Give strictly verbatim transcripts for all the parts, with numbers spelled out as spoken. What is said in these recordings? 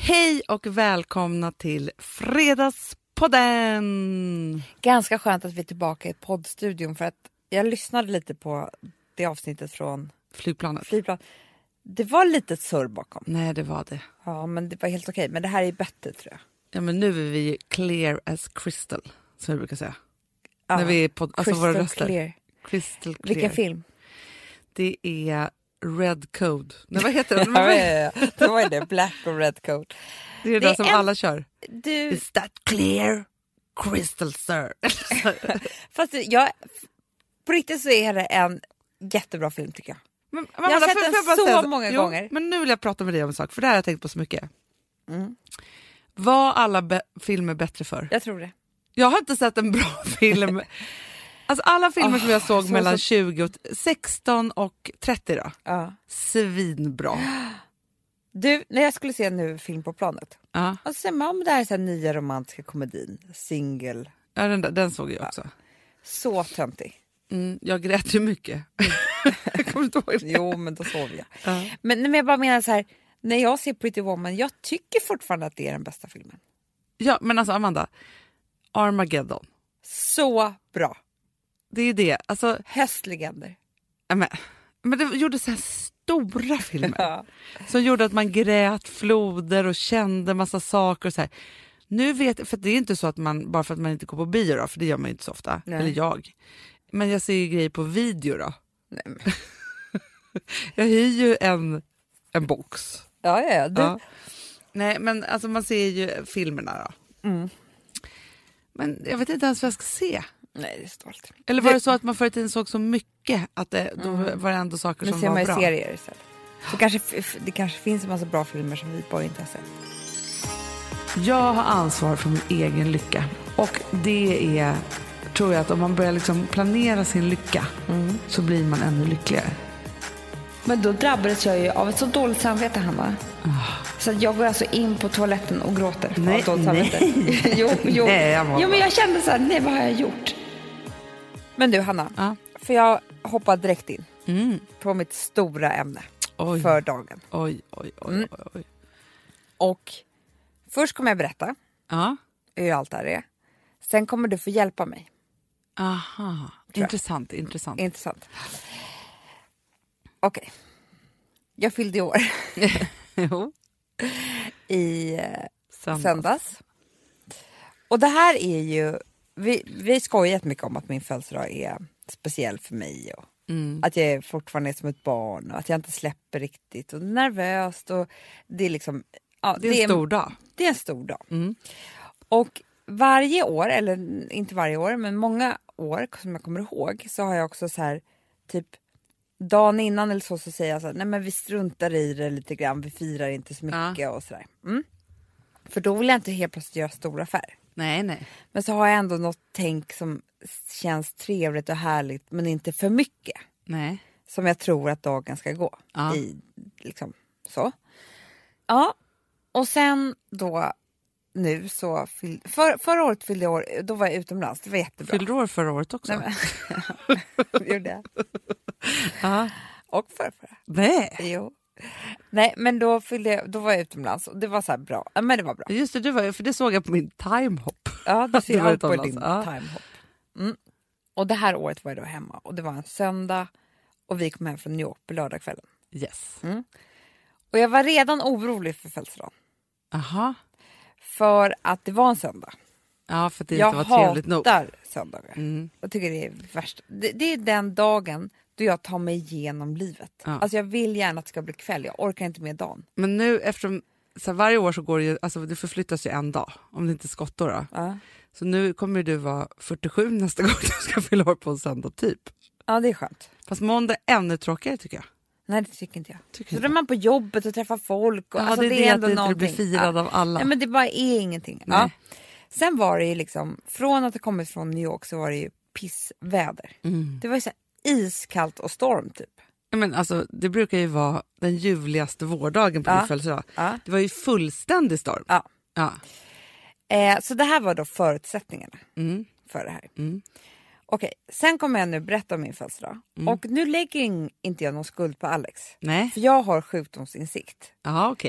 Hej och välkomna till Fredagspodden! Ganska skönt att vi är tillbaka i poddstudion för att jag lyssnade lite på det avsnittet från Flygplanet. Flygplan. Det var lite surr bakom. Nej, det var det. Ja, men det var helt okej. Men det här är bättre, tror jag. Ja, men nu är vi clear as crystal, som vi brukar säga. Ja, När vi är på, alltså våra röster. Clear. Crystal clear. Vilken film? Det är Red Code. Nej, vad heter den? ja, ja, ja. Det var det, Black och Red Code. Det är det, det som en... alla kör. Du... Is that clear? Crystal, sir. Fast jag, på riktigt så är det en jättebra film, tycker jag. Men, jag har sett den så säga, många jo, gånger. Men nu vill jag prata med dig om en sak, för det här har jag tänkt på så mycket. Mm. Var alla be- filmer bättre för? Jag tror det. Jag har inte sett en bra film. Alltså alla filmer oh, som jag såg så, mellan så... tjugo och sexton och trettio då. Ja. Svinbra. Du, när jag skulle se en ny film på planet. Ja. Och så ser man om det här är så här nya romantiska komedin. Single. Ja, den, den såg jag också. Ja. Så töntig. Mm, jag grät ju mycket. jag kommer inte ihåg det. Jo, men då sov jag. Ja. Men, men jag bara menar så här. När jag ser Pretty Woman, jag tycker fortfarande att det är den bästa filmen. Ja, men alltså Amanda. Armageddon. Så bra. Det är det. Alltså, Hästlegender. Ja, men, men det gjorde så här stora filmer. Ja. Som gjorde att man grät floder och kände massa saker och så här. Nu vet, för det är inte så att man, bara för att man inte går på bio då, för det gör man ju inte så ofta. Nej. Eller jag. Men jag ser ju grejer på video då. Nej, men. jag hyr ju en, en box. Ja, ja, du... ja. Nej, men alltså man ser ju filmerna då. Mm. Men jag vet inte ens vad jag ska se. Nej, det är stolt. Eller var det så att man förut inte såg så mycket att det, då mm. var det ändå saker men som var bra? Nu ser man ju serier istället. Så kanske, det kanske finns en massa bra filmer som vi bara inte har sett. Jag har ansvar för min egen lycka. Och det är, tror jag, att om man börjar liksom planera sin lycka mm. så blir man ännu lyckligare. Men då drabbades jag ju av ett så dåligt samvete, Hanna. Oh. Så jag går alltså in på toaletten och gråter. Nej, av nej. jo, jo. nej jag jo, men jag kände så här, nej, vad har jag gjort? Men du, Hanna, ja. för jag hoppar direkt in mm. på mitt stora ämne oj. för dagen. Oj, oj, oj, mm. oj, oj. Och först kommer jag berätta ja. hur allt det här är. Sen kommer du få hjälpa mig. Aha, intressant, intressant. Intressant. Okej. Okay. Jag fyllde i år. jo. I eh, söndags. söndags. Och det här är ju... Vi, vi skojar jättemycket om att min födelsedag är speciell för mig. Och mm. att jag fortfarande är som ett barn. Och att jag inte släpper riktigt. Och nervöst. Och det är liksom... Ja, det är en det är, stor dag. Det är en stor dag. Mm. Och varje år, eller inte varje år, men många år som jag kommer ihåg, så har jag också så här, typ dagen innan eller så, så säger jag så här, nej men vi struntar i det lite grann, vi firar inte så mycket ja. och sådär. Mm. För då vill jag inte helt plötsligt göra stor affär. Nej, nej. Men så har jag ändå något tänk som känns trevligt och härligt, men inte för mycket. Nej. Som jag tror att dagen ska gå ja. i, liksom, så. Ja, och sen då nu så fyll, för, förra året fyllde jag år, då var jag utomlands, det var jättebra. Fyllde år förra året också? Nej, men, det gjorde jag. Ja. Och förra, förra. Nej. Jo. Nej, men då fyllde jag, då var jag utomlands och det var så här bra. Ja, men det var bra. Just det, du var, för det såg jag på min timehop. Ja, det ser jag på din ja. timehop. Mm. Och det här året var jag då hemma och det var en söndag och vi kom hem från New York på lördagskvällen. Yes. Mm. Och jag var redan orolig för födelsedagen. Aha. För att det var en söndag. Ja, för att det jag inte var trevligt nog. Jag hatar söndagar. Mm. Jag tycker det är värst. Det, det är den dagen då jag tar mig igenom livet. Ja. Alltså jag vill gärna att det ska bli kväll. Jag orkar inte med dagen. Men nu, eftersom så här, varje år så går det ju, alltså det förflyttas ju en dag. Om det inte är skottår då. Ja. Så nu kommer du vara fyrtiosju nästa gång du ska fylla år på en söndag typ. Ja, det är skönt. Fast måndag är ännu tråkigare tycker jag. Nej, det tycker inte jag. Tycker så då är man på jobbet och träffar folk. Och, ja, alltså, det är det, det är att ändå det någonting. inte blir firad ja. av alla. Nej, men det bara är ingenting. Ja. Sen var det ju liksom, från att det kommit från New York så var det ju pissväder. Mm. Det var ju så här iskallt och storm typ. Ja, men alltså, det brukar ju vara den ljuvligaste vårdagen på ja. din födelsedag. Ja. Det var ju fullständig storm. Ja. Ja. Eh, så det här var då förutsättningarna mm. för det här. Mm. Okej, sen kommer jag nu berätta om min födelsedag. Mm. Och nu lägger inte jag någon skuld på Alex. Nej. För jag har sjukdomsinsikt. Ja, okej.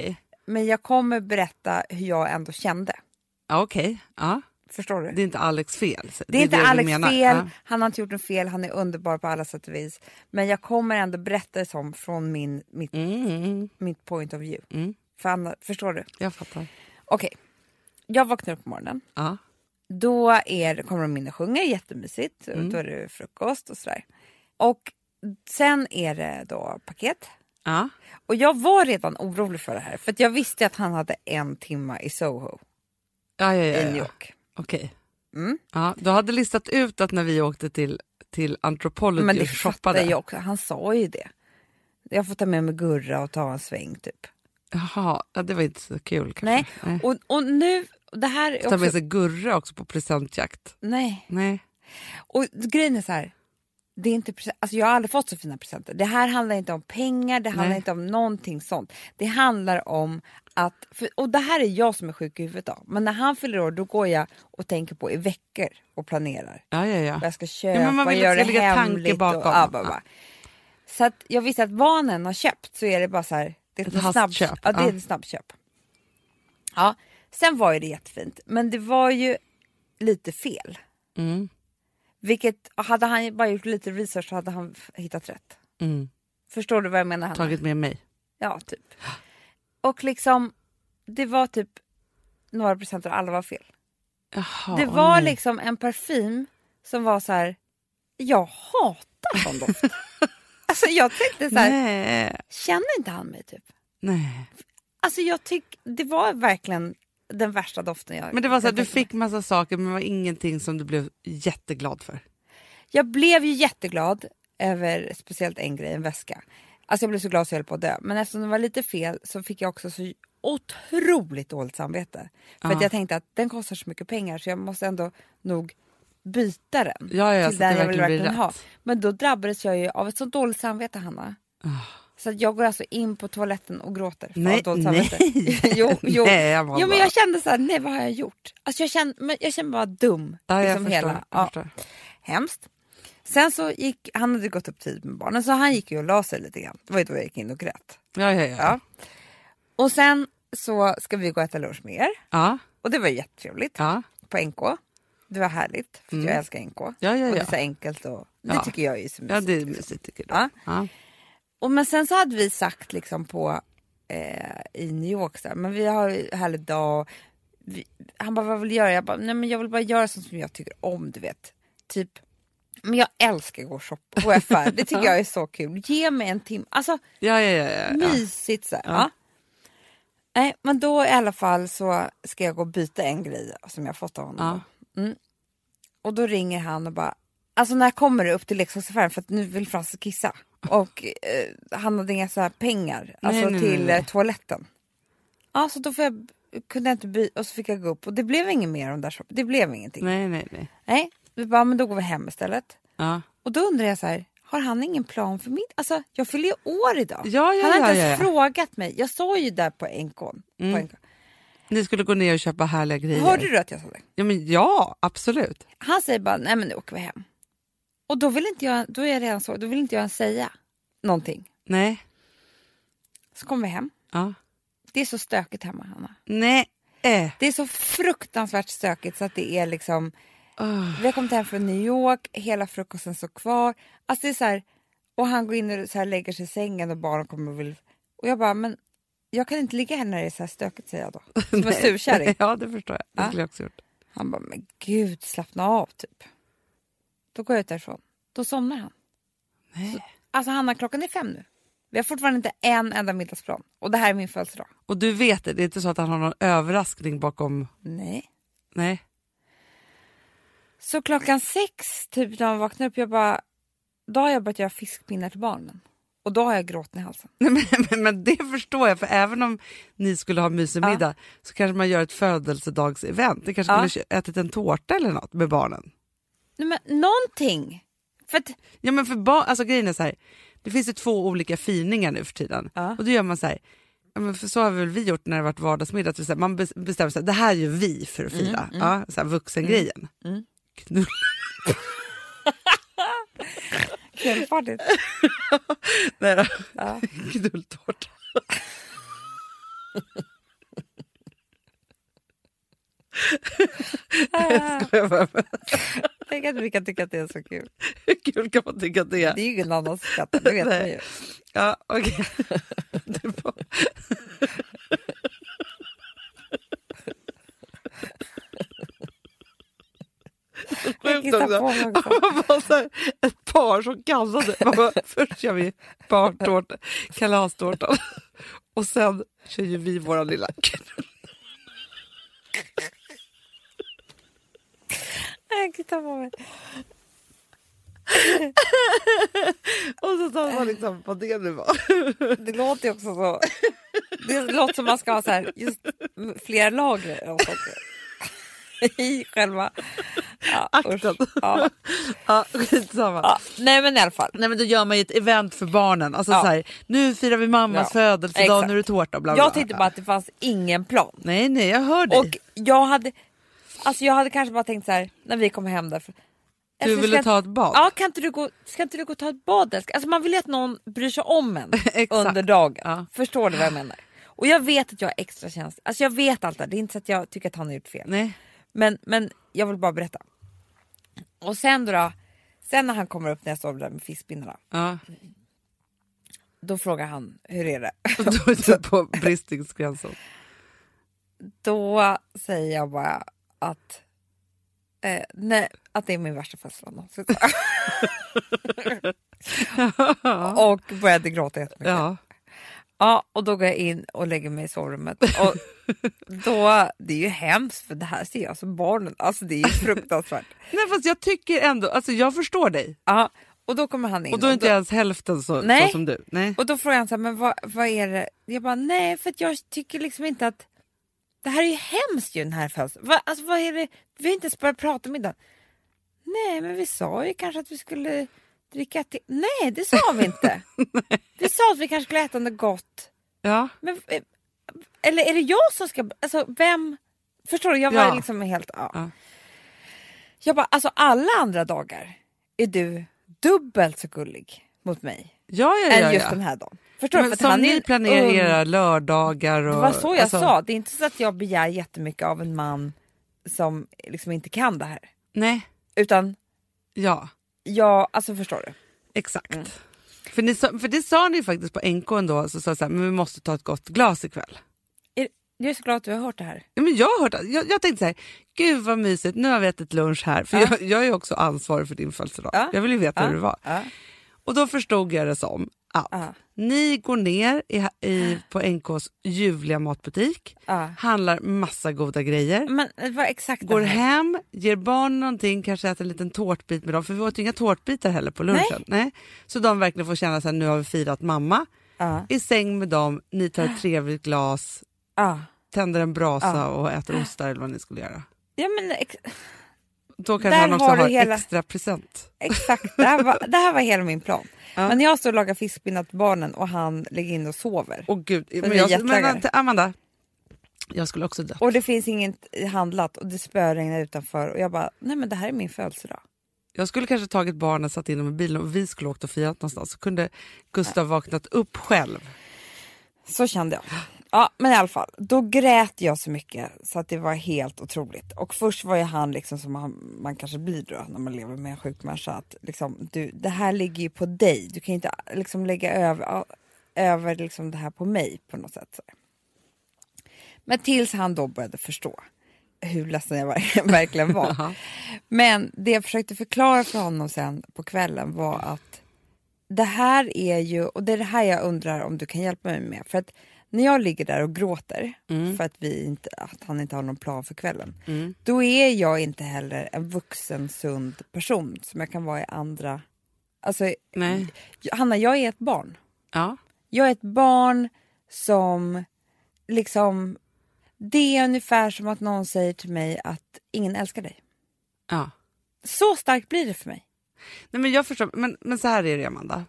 Men jag kommer berätta hur jag ändå kände. Ja, okej. Okay. Ja. Förstår du? Det är inte Alex fel. Det är, det är inte det Alex fel. Ja. Han har inte gjort något fel. Han är underbar på alla sätt och vis. Men jag kommer ändå berätta det som från min, mitt, mm. mitt point of view. Mm. För Anna, förstår du? Jag fattar. Okej. Okay. Jag vaknar upp på morgonen. Ja. Då är, kommer de in och sjunger. Jättemysigt. Mm. Då är det frukost och sådär. Och sen är det då paket. Ja. Och jag var redan orolig för det här. För att jag visste att han hade en timma i Soho. Ja, ja, ja, i New York. Okej. Okay. Mm. Ja, du hade listat ut att när vi åkte till, till Anthropology. Men det och shoppade. Jag också. Han sa ju det. Jag får ta med mig Gurra och ta en sväng typ. Jaha, ja, det var inte så kul kanske. Nej, Nej. Och, och nu... Det här är också... också... Ta med sig Gurra också på presentjakt. Nej. Nej. Och grejen är så här. Det är inte present... alltså jag har aldrig fått så fina presenter. Det här handlar inte om pengar. Det handlar Nej. inte om någonting sånt. Det handlar om att... För, och det här är jag som är sjuk i huvudet då. Men när han fyller år då går jag och tänker på i veckor och planerar. Ja, ja, ja. Vad jag ska köpa, ja, man vill göra det lägga hemligt. Bakom. Och, ja, bara, bara. Så att jag visste att vad han har köpt så är det bara så här... Det är ett, ett snabbköp. Ja, det är ett snabbköp. Ja, sen var ju det jättefint. Men det var ju lite fel. Mm. Vilket, hade han bara gjort lite research så hade han hittat rätt. Mm. Förstår du vad jag menar? Hanna? Tagit med mig. Ja, typ. Och liksom, det var typ några procent av alla var fel. Jaha, det var nej. liksom en parfym som var så här, jag hatar sån doft. Alltså jag tänkte så här, nej. Känner inte han mig typ? Nej. Alltså jag tycker, det var verkligen den värsta doften jag... Men det var så att du fick massa saker men det var ingenting som du blev jätteglad för. Jag blev ju jätteglad över speciellt en grej, en väska. Alltså jag blev så glad så jag höll på att dö. Men eftersom det var lite fel så fick jag också så otroligt dåligt samvete. För ja. att jag tänkte att den kostar så mycket pengar så jag måste ändå nog byta den. Ja, ja, till den jag vill verkligen rätt. ha. Men då drabbades jag ju av ett så dåligt samvete, Hanna. Oh. Så att jag går alltså in på toaletten och gråter. För nej, nej. jo, jo. nej, jo, men jag kände så här, nej vad har jag gjort? Alltså jag kände, men jag kände bara dum. Ja, jag liksom förstår, hela. jag Ja. förstår. Hemskt. Sen så gick, han hade gått upp tid med barnen så han gick ju och la sig lite grann. Det var ju då jag gick in och grät. Ja, ja, ja. ja. Och sen så ska vi gå och äta lunch med er. Ja. Och det var jättetrevligt. Ja. På N K. Det var härligt, för mm. jag älskar N K. Ja, ja, ja. Och det är så enkelt och det ja. tycker jag är så mysigt. Ja, det är mysigt tycker du. Ja. Ja. Och men sen så hade vi sagt liksom på eh, i New York så här, men vi har en härlig dag. Vi, han bara, vad vill du göra? Jag bara, nej men jag vill bara göra sånt som jag tycker om, du vet. Typ, men jag älskar att gå och shoppa på affär. Det tycker jag är så kul. Ge mig en timme. Alltså, ja, ja, ja, ja. mysigt så här. Ja. Ja. Nej, men då i alla fall så ska jag gå och byta en grej som jag fått av honom. Ja. Mm. Och då ringer han och bara, alltså när kommer du upp till leksaksaffären för att nu vill Frans kissa. Och eh, han hade inga så här pengar alltså nej, nej, till nej. Eh, toaletten. Ja, så då får jag, kunde jag inte byta och så fick jag gå upp och det blev inget mer om där shop. Det blev ingenting. Nej, nej, nej. Nej, vi bara, men då går vi hem istället. Ja. Och då undrar jag så här, har han ingen plan för mitt? Alltså, jag fyller ju år idag. Ja, ja, han har ja, inte ja, ens ja. frågat mig. Jag sa ju där på N K. Mm. På N K. Ni skulle gå ner och köpa härliga grejer. Hörde du att jag sa det? Ja, men ja, absolut. Han säger bara, nej men nu åker vi hem. Och då vill inte jag, då är jag redan så, då vill inte jag ens säga någonting. Nej. Så kommer vi hem. Ja. Det är så stökigt hemma, Hanna. Nej. Äh. Det är så fruktansvärt stökigt så att det är liksom... Oh. Vi har kommit hem från New York, hela frukosten står kvar. Alltså det är så här... Och han går in och så här lägger sig i sängen och barnen kommer och vill... Och jag bara, men jag kan inte ligga här när det är så här stökigt, säger jag då. Som en surkärring. Ja, det förstår jag. Det Ja. skulle jag också gjort. Han bara, men gud, slappna av typ. Då går jag ut därifrån. Då somnar han. Nej. Så, alltså Hanna, klockan är fem nu. Vi har fortfarande inte en enda middagsplan. Och det här är min födelsedag. Och du vet det, det är inte så att han har någon överraskning bakom... Nej. Nej. Så klockan sex, typ när man vaknar upp, jag bara... Då har jag börjat göra fiskpinnar till barnen. Och då har jag gråten i halsen. Nej, men, men, men det förstår jag, för även om ni skulle ha mysig Ja. middag så kanske man gör ett födelsedagsevent. Det kanske Ja. skulle ätit en tårta eller något med barnen. Nej, men någonting. För att... Ja, men för barn, alltså grejen är så här, det finns ju två olika finingar nu för tiden. Ja. Och då gör man så här, ja, men för så har väl vi gjort när det varit vardagsmiddag, att vi, så här, man bes- bestämmer sig, det här gör vi för att fira. Mm, mm. Ja, så här, vuxengrejen. Mm. Mm. Knull. Knullpartyt. Nej då. Ja. Knulltårta. Jag skojar bara. Tänk att vi kan tycka att det är så kul. Hur kul kan man tycka att det är? Det är ju ingen annan som skrattar, det vet man ju. Ja, okej. Okay. Sjukt också. Man var så här, ett par som kallade. Man bara, först kör vi barntårta, kalastårtan. Och sen kör ju vi våra lilla knull. Jag kan ta på mig. Och så tar man liksom vad det nu var. Det låter ju också så. Det låter som man ska ha så här just flera lager av saker. I själva ja, akten. Ja. Ja, skitsamma. Ja, nej men i alla fall. Nej men då gör man ju ett event för barnen. Alltså ja. så här, nu firar vi mammas ja. födelsedag, exakt. Nu är det tårta bla bla. Jag tänkte bara att det fanns ingen plan. Nej nej, jag hör dig. Och jag hade alltså jag hade kanske bara tänkt så här när vi kommer hem där. För, du alltså, ville ska, ta ett bad? Ja, kan inte du gå, ska inte du gå och ta ett bad? Alltså man vill ju att någon bryr sig om en under dagen. Ja. Förstår du vad jag menar? Och jag vet att jag är extra känslig. Alltså jag vet allt det. Det är inte så att jag tycker att han har gjort fel. Nej. Men, men jag vill bara berätta. Och sen då, då sen när han kommer upp när jag står där med fiskpinnarna. Ja. Då frågar han, hur är det? Och då är du på bristningsgränsen. Då säger jag bara att eh, nej, att det är min värsta födelsedag någonsin. Och började gråta jättemycket. Ja. Ja, och då går jag in och lägger mig i sovrummet. Och då, det är ju hemskt för det här ser jag som barnen. Alltså det är ju fruktansvärt. Nej fast jag tycker ändå, alltså jag förstår dig. Ja, och då kommer han in. Och då är inte och då, ens hälften så, så som du. Nej. Och då frågar han så här, men vad, vad är det? Jag bara, nej för att jag tycker liksom inte att det här är ju hemskt ju den här födelsen. Va, alltså vad är det? Vi har inte ens börjat prata om idag. Nej men vi sa ju kanske att vi skulle dricka till. Nej det sa vi inte. Vi sa att vi kanske skulle äta något gott. Ja. Men, eller är det jag som ska, alltså vem, förstår du, jag var ja. liksom helt, ja. ja. Jag bara, alltså alla andra dagar är du dubbelt så gullig mot mig. Ja, ja, ja. Än just ja. den här dagen. Förstår men du? För som ni planerar um, era lördagar. Och, det var så jag alltså, sa, det är inte så att jag begär jättemycket av en man som liksom inte kan det här. Nej. Utan, ja. Ja, alltså förstår du. Exakt. Mm. För, ni, för det sa ni faktiskt på N K ändå, så sa så här, men vi måste ta ett gott glas ikväll. Är, jag är så glad att du har hört det här. Ja, men jag har hört det. Jag, jag tänkte så här, gud vad mysigt, nu har vi ätit lunch här. För ja. jag, jag är också ansvarig för din födelsedag. Ja. Jag vill ju veta ja. hur det var. Ja. Och då förstod jag det som att ja. ni går ner i, i, på N K:s ljuvliga matbutik, ja. handlar massa goda grejer. Men det var exakt går hem, ger barn någonting, kanske äter en liten tårtbit med dem. För vi åt inga tårtbitar heller på lunchen. Nej. Nej. Så de verkligen får känna att nu har vi firat mamma. Ja. I säng med dem, ni tar ett trevligt glas, ja. tänder en brasa ja. och äter ostar eller vad ni skulle göra. Ja, men ex- då kanske han också har, har hela... extra present. Exakt, det här var, det här var hela min plan. Ja. Men jag står och lagar fiskpinnar till barnen och han lägger in och sover. Åh gud, men jag, men, Amanda, jag skulle också dö. Och det finns inget handlat och det spöregnar utanför. Och jag bara, nej men det här är min födelsedag. Jag skulle kanske tagit barnen, satt in dem i bilen och vi skulle åkt och firat någonstans. Så kunde Gustav vaknat upp själv. Så kände jag. Ja, men i alla fall, då grät jag så mycket så att det var helt otroligt. Och först var ju han liksom som man, man kanske blir då när man lever med en sjuk människa. Att liksom, du, det här ligger ju på dig. Du kan inte liksom lägga över, över liksom det här på mig på något sätt. Så. Men tills han då började förstå hur ledsen jag var, verkligen var. Men det jag försökte förklara för honom sen på kvällen var att det här är ju, och det är det här jag undrar om du kan hjälpa mig med. För att när jag ligger där och gråter mm. för att, vi inte, att han inte har någon plan för kvällen. Mm. Då är jag inte heller en vuxen, sund person som jag kan vara i andra. Alltså, nej. Hanna, jag är ett barn. Ja. Jag är ett barn som liksom, det är ungefär som att någon säger till mig att ingen älskar dig. Ja. Så starkt blir det för mig. Nej, men jag förstår, men, men så här är det, Amanda.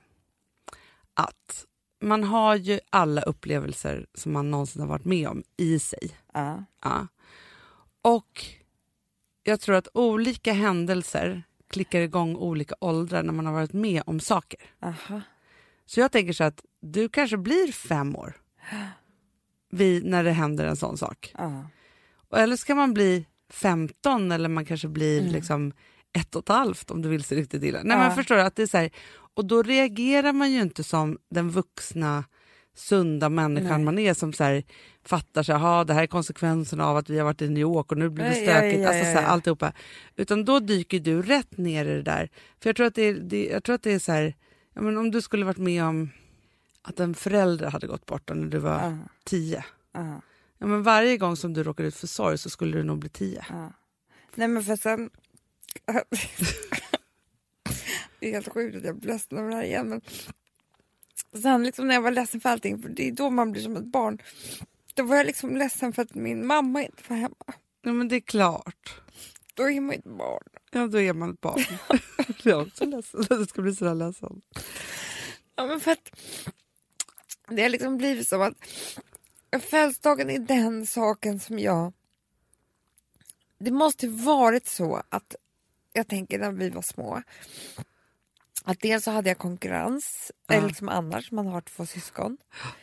Att man har ju alla upplevelser som man någonsin har varit med om i sig. Ja. Ja. Och jag tror att olika händelser klickar igång olika åldrar när man har varit med om saker. Aha. Så jag tänker så att du kanske blir fem år vid, när det händer en sån sak. Ja. Och eller ska man bli femton eller man kanske blir mm. liksom ett och ett halvt om du vill se riktigt illa. Nej, ja. men förstår du att det är så här, och då reagerar man ju inte som den vuxna sunda människan Nej. Man är som så här, fattar sig, aha, det här är konsekvenserna av att vi har varit i New York och nu blir det stökigt, ja, ja, ja, alltså så här, alltihopa. Utan då dyker du rätt ner i det där. För jag tror att det är, det, jag tror att det är så här, ja, men om du skulle varit med om att en förälder hade gått bort när du var uh. tio. Uh. Ja, men varje gång som du råkar ut för sorg så skulle du nog bli tio. Uh. Nej, men för sen det är helt sjukt att jag blir ledsen över det här igen, men sen liksom när jag var ledsen för allting, för det är då man blir som ett barn, då var jag liksom ledsen för att min mamma inte var hemma. Ja, men det är klart. Då är man ett barn. Ja, då är man ett barn. Jag är också ledsen. Det ska bli så där ledsen. Ja, men för att det har liksom blivit som att födelsedagen är den saken som jag, det måste varit så att jag tänker när vi var små att dels så hade jag konkurrens ja. Eller liksom annars, man har två syskon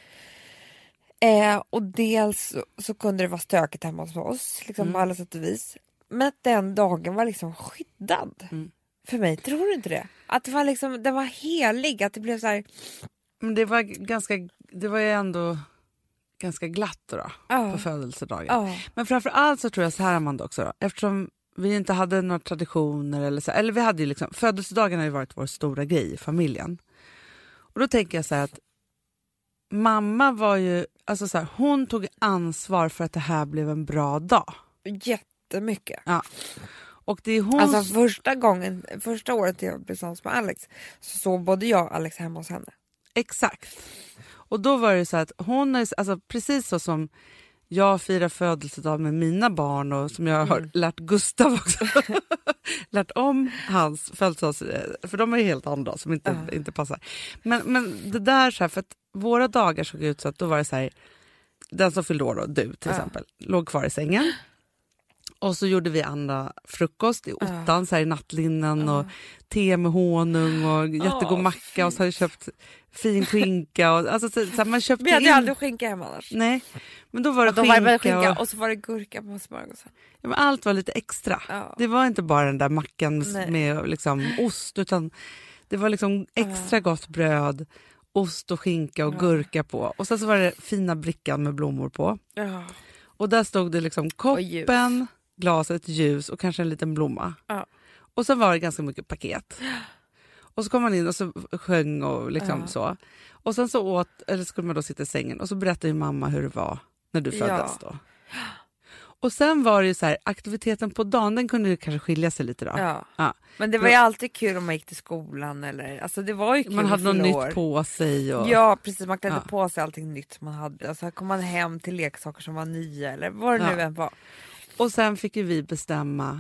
eh, och dels så, så kunde det vara stökigt hemma hos oss liksom mm. på alla sätt och vis, men att den dagen var liksom skyddad mm. för mig, tror du inte det? Att det var liksom, det var helig, att det blev så här. Men det var ganska, det var ju ändå ganska glatt då, oh. på födelsedagen. Oh. Men framförallt så tror jag så här, Amanda, också då, eftersom vi inte hade några traditioner eller så, eller vi hade ju liksom, födelsedagen har ju varit vår stora grej i familjen. Och då tänker jag så här att mamma var ju, alltså så här, hon tog ansvar för att det här blev en bra dag. Jättemycket. Ja. Och det är hon... Alltså första gången, första året jag blev tillsammans med Alex så sov både jag och Alex hemma hos henne. Exakt. Och då var det så att hon är, alltså precis så som jag firar födelsedag med mina barn och som jag har mm. lärt Gustav också. lärt om hans födelsedag, för de är helt andra som inte, uh. inte passar. Men, men det där så här, för att våra dagar såg ut så att då var det så här, den som fyllde år då, du till uh. exempel, låg kvar i sängen. Och så gjorde vi andra frukost i ottan, uh. så här i nattlinnen uh. och te med honung och jättegod oh, macka och så hade jag köpt fin skinka och alltså så, så här, man köpte. Vi hade in... aldrig skinka hemma annars. Nej. Men då var det ja, då skinka, var det skinka och... och så var det gurka på smörgåsen. Ja, men allt var lite extra. Uh. Det var inte bara den där mackan med, med liksom ost, utan det var liksom extra uh. gott bröd, ost och skinka och uh. gurka på. Och sen så var det fina brickan med blommor på. Uh. Och där stod det liksom koppen, glaset, ljus och kanske en liten blomma. Ja. Och så var det ganska mycket paket. Och så kom man in och så sjöng och liksom ja. Så. Och sen så åt, eller skulle man då sitta i sängen och så berättade ju mamma hur det var när du föddes ja. Då. Och sen var det ju så här, aktiviteten på dagen, den kunde ju kanske skilja sig lite då. Ja. Ja. Men det var ju alltid kul om man gick till skolan eller, alltså det var ju kul. Man hade något nytt på sig. Och... Ja, precis, man klädde ja. På sig allting nytt man hade. Alltså kom man hem till leksaker som var nya eller vad det ja. Nu än var. Och sen fick ju vi bestämma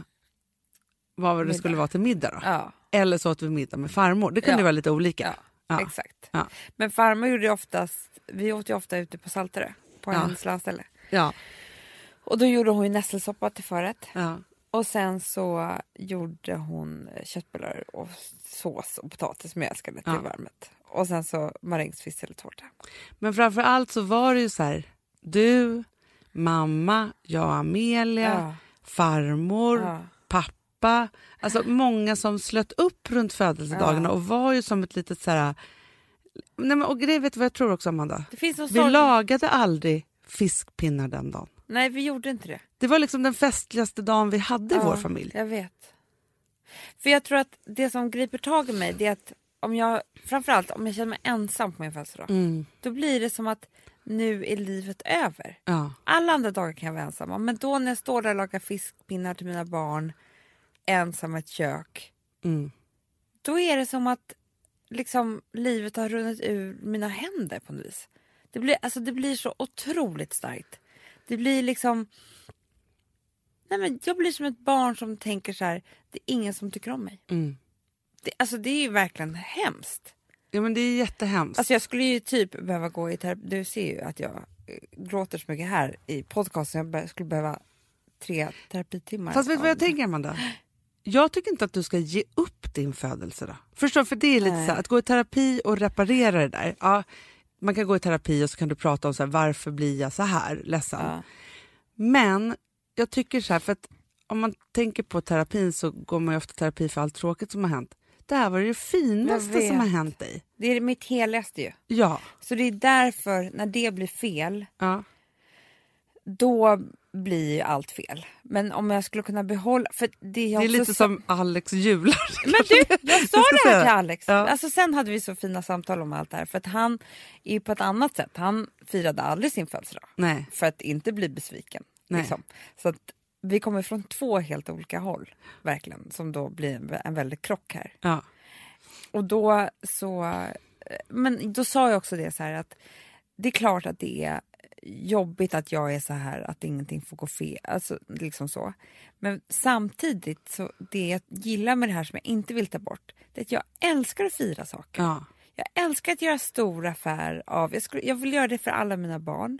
vad det middag. Skulle vara till middag då. Ja. Eller så åt vi middag med farmor. Det kunde ja. Vara lite olika. Ja, ja. Exakt. Ja. Men farmor gjorde ju oftast, vi åt ju ofta ute på Salterö, på ja. en slanställe. Ja. Och då gjorde hon ju nässelsoppa till förrätt. Ja. Och sen så gjorde hon köttbullar och sås och potatis som jag älskade till ja. Varmet. Och sen så marängsfisk eller tårta. Men framför allt så var det ju så här, du, mamma, jag, Amelia, ja. Farmor, ja. Pappa. Alltså många som slöt upp runt födelsedagarna ja. Och var ju som ett litet så här... Nej, men, och grej, vet du vad jag tror också, Amanda? Det finns vi sorg... lagade aldrig fiskpinnar den dagen. Nej, vi gjorde inte det. Det var liksom den festligaste dagen vi hade ja, i vår familj. Jag vet. För jag tror att det som griper tag i mig, det är att om jag, framförallt om jag känner mig ensam på min födelsedag, mm. då blir det som att nu är livet över. Ja. Alla andra dagar kan jag vara ensam. Men då när jag står där och lagar fiskpinnar till mina barn, ensam i ett kök, mm. då är det som att liksom livet har runnit ur mina händer på något vis. Det blir, alltså, det blir så otroligt starkt. Det blir liksom... Nej, men jag blir som ett barn som tänker så här, det är ingen som tycker om mig. Mm. Det, alltså det är ju verkligen hemskt. Ja, men det är jättehemskt. Alltså jag skulle ju typ behöva gå i terapi. Du ser ju att jag gråter så mycket här i podcasten. Jag skulle behöva tre terapitimmar. Fast vet du vad jag tänker, Amanda? Jag tycker inte att du ska ge upp din födelse då. Förstår, för det är lite Nej. Så här, att gå i terapi och reparera det där. Ja, man kan gå i terapi och så kan du prata om så här, varför blir jag så här ledsen. Ja. Men jag tycker så här, för att om man tänker på terapin så går man ju ofta terapi för allt tråkigt som har hänt. Det här var det finaste som har hänt dig. Det är mitt heligaste ju. Ja. Så det är därför när det blir fel, ja. då blir ju allt fel. Men om jag skulle kunna behålla... För det är, det är lite så... som Alex jular. Men du, jag sa det här till Alex. Ja. Alltså, sen hade vi så fina samtal om allt det här. För att han är på ett annat sätt. Han firade aldrig sin födelsedag. Nej. För att inte bli besviken. Nej. Liksom. Så att vi kommer från två helt olika håll. Verkligen. Som då blir en, en väldigt krock här. Ja. Och då så... Men då sa jag också det så här att det är klart att det är jobbigt att jag är så här att ingenting får gå fel, alltså liksom så. Men samtidigt så det jag gillar med det här som jag inte vill ta bort, det är att jag älskar att fira saker. Ja. Jag älskar att göra stor affär av, jag, skulle, jag vill göra det för alla mina barn.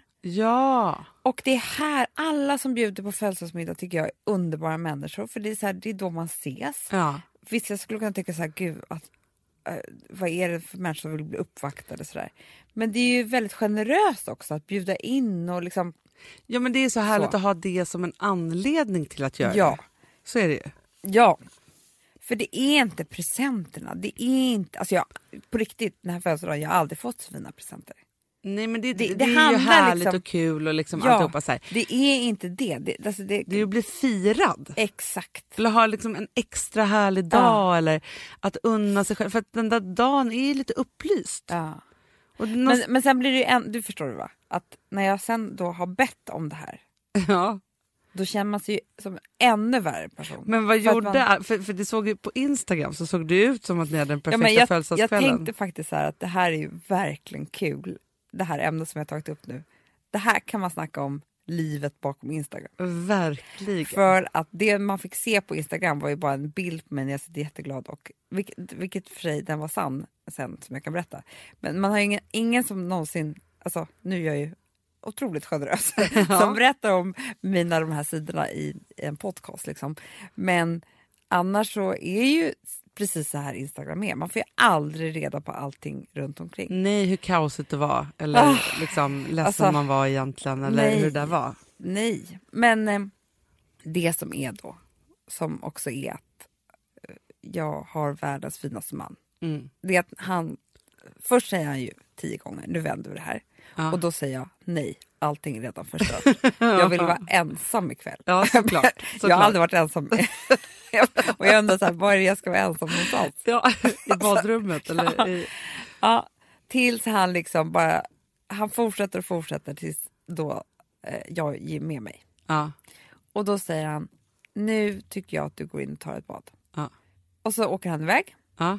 Ja. Och det är här, alla som bjuder på födelsedagsmiddag tycker jag är underbara människor, för det är så här, det är då man ses. Ja. Vissa skulle kunna tycka så här, gud att Uh, vad är det för människor som vill bli uppvaktade sådär. Men det är ju väldigt generöst också att bjuda in och liksom... Ja, men det är så härligt så. Att ha det som en anledning till att göra ja. det. Så är det ju. Ja, för det är inte presenterna. Det är inte... Alltså jag, på riktigt, den här födelsedagen, jag har aldrig fått så fina presenter. Nej, men det, det, det, det, det är ju härligt liksom, och kul och liksom ja, alltihopa så här. Det är inte det. Det, alltså det, det är ju att bli firad. Exakt. Eller ha liksom en extra härlig dag ja. Eller att unna sig själv. För att den där dagen är lite upplyst. Ja. Och men, någon... men sen blir det ju en, du förstår du va? Att när jag sen då har bett om det här. Ja. Då känner man sig som en ännu värre person. Men vad för gjorde man... för, för det såg ju på Instagram så såg det ut som att ni hade den perfekta ja, jag, födelsedagskvällen. Jag tänkte faktiskt så här att det här är ju verkligen kul. Det här ämnet som jag tagit upp nu. Det här kan man snacka om livet bakom Instagram. Verkligen. För att det man fick se på Instagram var ju bara en bild på mig när jag sitter jätteglad. Och vilket, vilket för sig den var sann sen som jag kan berätta. Men man har ju ingen, ingen som någonsin, alltså nu är jag ju otroligt generös. Ja. Som berättar om mina de här sidorna i, i en podcast liksom. Men annars så är ju precis så här Instagram är. Man får ju aldrig reda på allting runt omkring. Nej, hur kaosigt det var. Eller oh, liksom ledsen alltså, man var egentligen. Eller nej, hur det var. Nej, men eh, det som är då. Som också är att eh, jag har världens finaste man. Mm. Det är att han, först säger han ju tio gånger, nu vänder vi det här. Ja. Och då säger jag nej, allting är redan förstört. Jag vill vara ensam ikväll. Ja, såklart. såklart. Jag har aldrig varit ensam. Och jag undrar så här, var är det jag ska vara ensam någonstans? Ja, i badrummet. Eller i... Ja, tills han liksom bara, han fortsätter och fortsätter tills då eh, jag ger med mig. Ja. Och då säger han, nu tycker jag att du går in och tar ett bad. Ja. Och så åker han iväg. Ja.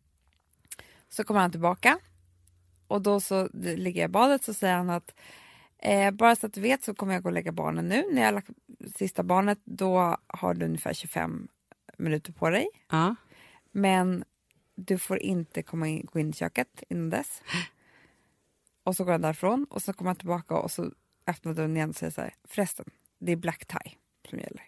Så kommer han tillbaka. Och då så ligger jag i badet så säger han att eh, bara så att du vet så kommer jag gå och lägga barnen nu. När jag har lagt sista barnet då har du ungefär tjugofem minuter på dig. Ja. Men du får inte komma in, gå in i köket innan dess. Och så går han därifrån och så kommer han tillbaka och så öppnar dörren igen och säger så här, förresten, det är black tie som gäller.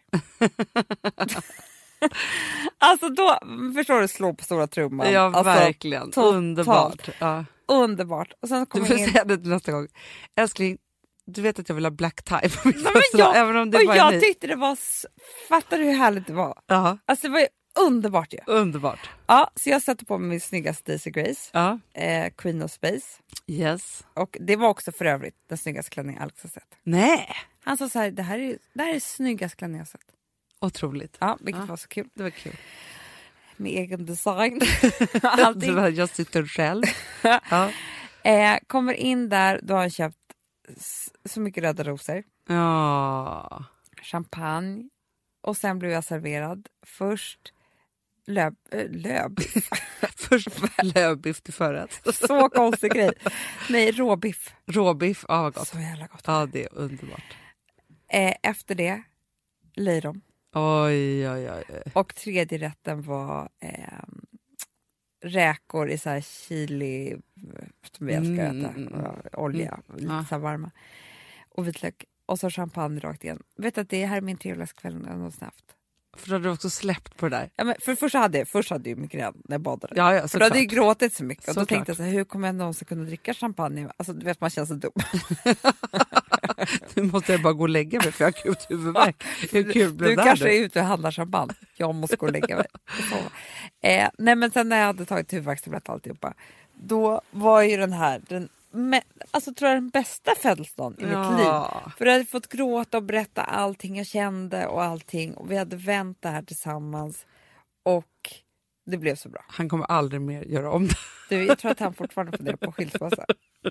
Alltså då, förstår du, slå på stora trumman. Ja, alltså, verkligen. Totalt. Underbart. Ja. Underbart. Och sen du får in... säga det till nästa gång. Älskling, du vet att jag vill ha black tie på min födelsedag. Även om det och var jag ni. tyckte det var... Fattar du hur härligt det var? Ja. Alltså det var ju underbart ju. Underbart. Ja, så jag satte på mig min snyggaste Daisy Grace. Ja. Eh, Queen of Space. Yes. Och det var också för övrigt den snyggaste klänningen Alex har sett. Nej. Han sa så här, det här är, det här är snyggaste klänningen jag har sett. Otroligt. Ja, vilket ja. var så kul. Det var kul. Med egen design. Jag sitter själv. Ja. eh, kommer in där, då har jag köpt så mycket röda rosor. Ja. Champagne. Och sen blev jag serverad först löb, äh, lövbiff. Först lövbiff till förrätt. Så konstig grej. Nej, råbiff. Råbiff, ja vad gott. Så jävla gott. Ja, det är underbart. Eh, efter det, lejon. Oj, oj, oj. Och tredje rätten var eh, räkor i så här chili, som vi älskar att äta, mm. olja, mm. lite ja. Så här varma. Och vitlök. Och så champagne rakt igen. Vet att det här är min trevligaste kväll jag någonsin haft. För då hade du också släppt på det där. Ja, men för först hade jag, först hade jag migrän när jag badade. Ja, ja, för då hade jag gråtit så mycket. Och så då klart. tänkte jag så här, hur kommer jag någonsin kunna dricka champagne? Alltså du vet, man känns så dum. Nu måste jag bara gå och lägga mig för jag har akut huvudvärk. Hur kul blev du det kanske nu? är ute och handlar champagne. Jag måste gå och lägga mig. eh, nej men sen när jag hade tagit huvudvärkstablett och alltihopa, då var ju den här den med, alltså tror jag den bästa födelsedagen i Ja. mitt liv. För jag hade fått gråta och berätta allting jag kände och allting. Och vi hade vänt det här tillsammans. Och det blev så bra. Han kommer aldrig mer göra om det. Du, jag tror att han fortfarande funderar på skilsmässa.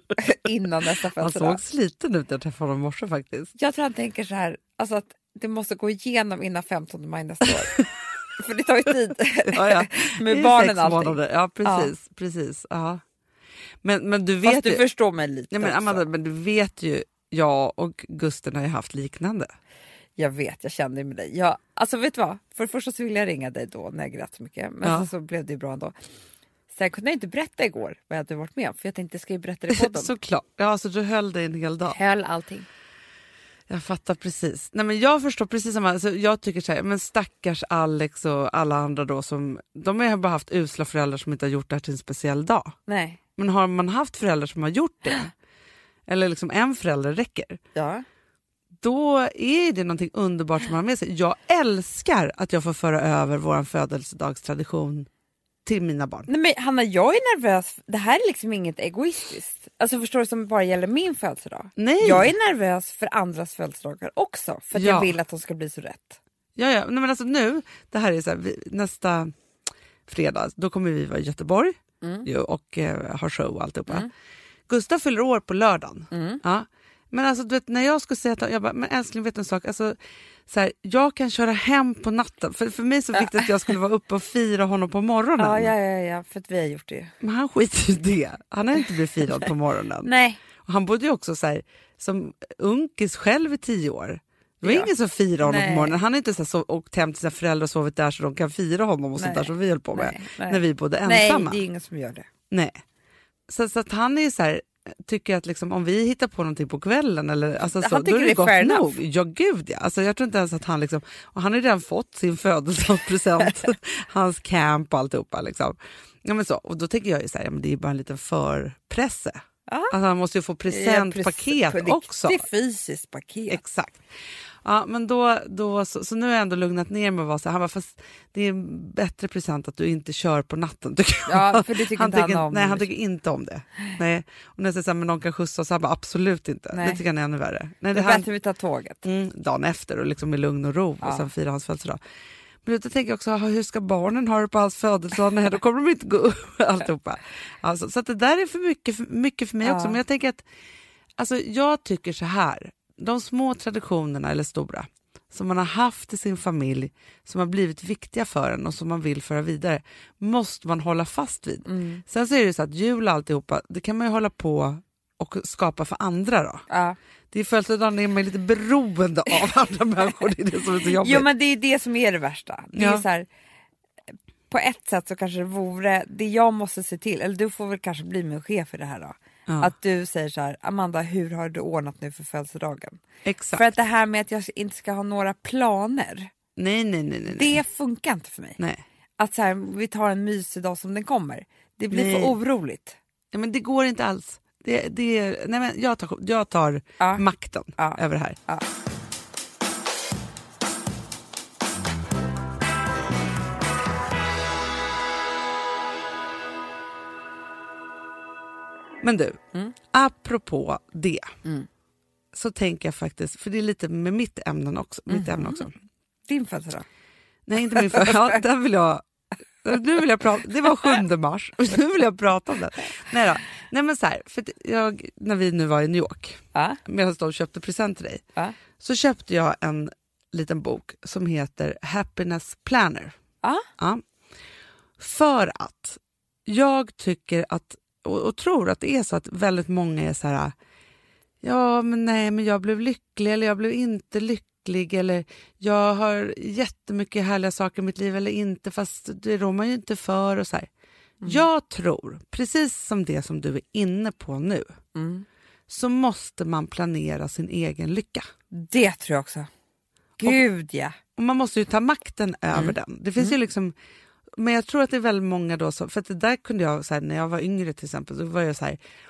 Innan nästa Han födelsedag. såg sliten ut när jag träffade honom i morse faktiskt. Jag tror han tänker så här, alltså att det måste gå igenom innan femtonde maj nästa år. För det tar ju tid. Ja, ja. Med Det är barnen sex allting. månader. Ja, precis. Ja. precis. Ja. Men, men du vet Fast du ju... förstår mig lite Ja, men, också. Amanda, men du vet ju, jag och Gusten har ju haft liknande. Jag vet, jag kände ju med dig. Jag, alltså vet du vad? För det första så ville jag ringa dig då när jag grät så mycket. Men Ja. så, så blev det ju bra ändå. Sen kunde jag inte berätta igår vad jag hade varit med om. För jag tänkte, ska jag berätta det i podden? Såklart. Ja, så du höll dig en hel dag. Höll allting. Jag fattar precis. Nej, men jag förstår precis samma. Alltså, jag tycker så här, men stackars Alex och alla andra då som, de har bara haft usla föräldrar som inte har gjort det här till en speciell dag. Nej. Men har man haft föräldrar som har gjort det, eller liksom en förälder räcker, Ja. då är det någonting underbart som man har med sig. Jag älskar att jag får föra över vår födelsedagstradition till mina barn. Nej men Hanna, jag är nervös. Det här är liksom inget egoistiskt. Alltså förstår du, som bara gäller min födelsedag. Nej. Jag är nervös för andras födelsedagar också. För att Ja. jag vill att de ska bli så rätt. Ja, ja. Nej, men alltså nu, det här är så här, vi, nästa fredag, då kommer vi vara i Göteborg Mm. ju, och eh, ha show och alltihopa. Mm. Gustav fyller år på lördagen. Mm. Ja. Men alltså du vet, när jag skulle säga att jag bara, men älskling, vet du en sak, alltså, så här, jag kan köra hem på natten. För, för mig så viktigt att jag skulle vara uppe och fira honom på morgonen. Ja, ja, ja, ja, för att vi har gjort det. Men han skiter i det. Han har inte blivit firad på morgonen. Nej. Och han bodde ju också så här, som unkis själv i tio år. Det var Ja. ingen som firade honom Nej. på morgonen. Han har inte så här, så, åkt hem till sina föräldrar och sovit där så de kan fira honom och sånt Nej. där som vi höll på med. Nej, nej. När vi bodde Nej, ensamma. det är ingen som gör det. Nej. Så, så att han är så här, tycker att liksom, om vi hittar på någonting på kvällen eller, alltså, Han så, tycker då är det, det är gott fair nog. enough. Ja, gud ja. Alltså, jag tror inte ens att han liksom, och han har ju redan fått sin födelsedagspresent, hans camp och alltihopa liksom. Ja, men så, och då tänker jag ju så här, ja, men det är bara en liten förpresse. Ja. Alltså, han måste ju få presentpaket Ja, också. Det är fysiskt paket. Exakt. Ja, men då, då så, så nu har jag ändå lugnat ner mig och var så här, han bara, fast det är en bättre present att du inte kör på natten tycker jag. Ja, för det tycker han inte han tycker, om. Nej, han tycker inte om det. Nej. Och när jag säger så här, men någon kan skjutsa oss, han bara, absolut inte. Nej. Det tycker han är ännu värre. Nej, Det det är här, bättre vi tar tåget. mm, dagen efter och liksom i lugn och ro Ja. och sen fira hans födelsedag. Men då tänker jag också, hur ska barnen ha det på hans födelsedag? Nej, då kommer de inte gå upp alltihopa. Alltså, så att det där är för mycket för, mycket för mig Ja. också. Men jag tänker att, alltså jag tycker så här, de små traditionerna eller stora som man har haft i sin familj, som har blivit viktiga för en och som man vill föra vidare, måste man hålla fast vid. Mm. Sen så är det så att jul och alltihopa, det kan man ju hålla på och skapa för andra då. Ja. Det är födelsedagen är man lite beroende av andra människor, det är det som är så jobbigt. Jo men det är det som är det värsta. Det Ja. är så här, på ett sätt så kanske det vore, det jag måste se till, eller du får väl kanske bli min chef i det här då. Ja. Att du säger så här, Amanda, hur har du ordnat nu för födelsedagen? Exakt. För att det här med att jag inte ska ha några planer, Nej, nej, nej, nej. det funkar inte för mig. Nej. Att så här, vi tar en mysig dag som den kommer. Det blir Nej. för oroligt. Ja, men det går inte alls. Det, det är, nej, men jag tar, jag tar Ja. makten Ja. över det här. Ja. Men du, Mm. apropå det, Mm. så tänker jag faktiskt, för det är lite med mitt ämne också. Mitt ämne också. Din födelsedag. Nej, inte min för, ja, där vill jag, nu vill jag prata, det var sjunde mars, och nu vill jag prata om det. Nej då, nej men så här, för att jag, när vi nu var i New York, Ja. medan de köpte present till dig, Ja. så köpte jag en liten bok som heter Happiness Planner. Ja. Ja. För att jag tycker att, och, och tror att det är så att väldigt många är så här, ja men nej men jag blev lycklig eller jag blev inte lycklig eller jag har jättemycket härliga saker i mitt liv eller inte, fast det rår man ju inte för och så här. Mm. Jag tror, precis som det som du är inne på nu, Mm. så måste man planera sin egen lycka. Det tror jag också. Gud ja. Och man måste ju ta makten över Mm. den. Det finns Mm. ju liksom, men jag tror att det är väldigt många då som, för att det där kunde jag så här, när jag var yngre till exempel, så var jag så här,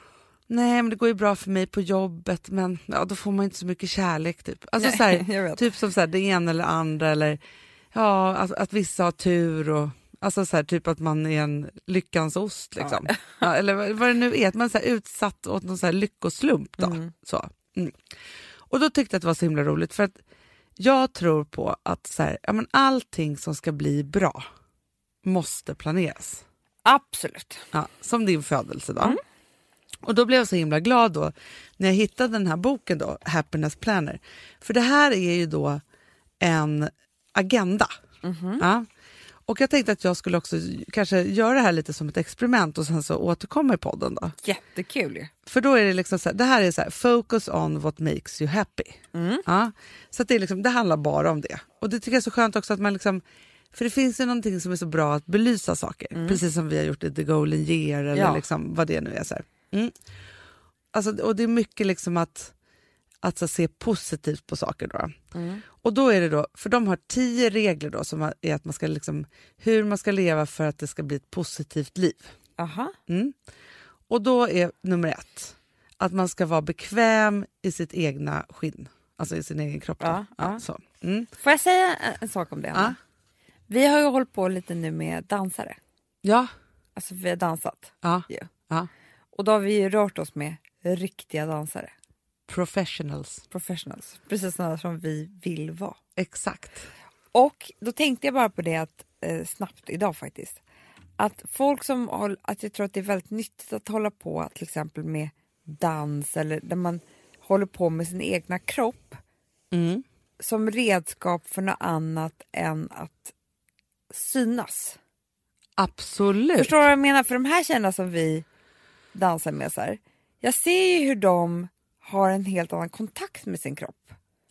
nej men det går ju bra för mig på jobbet, men ja, då får man inte så mycket kärlek typ. Alltså Nej, så här, jag vet. typ som så här, det ena eller andra, eller ja, att, att vissa har tur och alltså så här, typ att man är en lyckans ost liksom. Ja. Ja, eller vad, vad det nu är, att man är så här utsatt åt någon så här lyckoslump då. Mm. Så. Mm. Och då tyckte jag att det var så himla roligt, för att jag tror på att så här, ja, men allting som ska bli bra måste planeras. Absolut. Ja, som din födelsedag. Mm. Och då blev jag så himla glad då när jag hittade den här boken då, Happiness Planner. För det här är ju då en agenda. Mm-hmm. Ja. Och jag tänkte att jag skulle också kanske göra det här lite som ett experiment och sen så återkomma i podden då. Jättekul ju. För då är det liksom så här, det här är så här, focus on what makes you happy. Mm. Ja. Så att det, är liksom, det handlar bara om det. Och det tycker jag är så skönt också att man liksom, för det finns ju någonting som är så bra att belysa saker. Mm. Precis som vi har gjort i The Golden Year eller ja. liksom, vad det nu är. Så här. Mm. Alltså, och det är mycket liksom att, att så, se positivt på saker då. Mm. Och då är det då, för de har tio regler då som är att man ska liksom, hur man ska leva för att det ska bli ett positivt liv. Aha. Mm. Och då är nummer ett att man ska vara bekväm i sitt egna skinn, alltså i sin egen kropp. Ja, ja, ja. Så. Mm. Får jag säga en, en sak om det, Anna? Ja. Vi har ju hållit på lite nu med dansare. Ja. Alltså vi har dansat. Ja. Ja. Ja. Och då har vi ju rört oss med riktiga dansare. Professionals. Professionals. Precis sådana som vi vill vara. Exakt. Och då tänkte jag bara på det att, eh, snabbt idag faktiskt. Att folk som håll, att jag tror att det är väldigt nyttigt att hålla på till exempel med dans eller där man håller på med sin egna kropp Mm. som redskap för något annat än att synas. Absolut. Förstår du vad jag menar? För de här tjejerna som vi dansar med så här, jag ser ju hur de har en helt annan kontakt med sin kropp.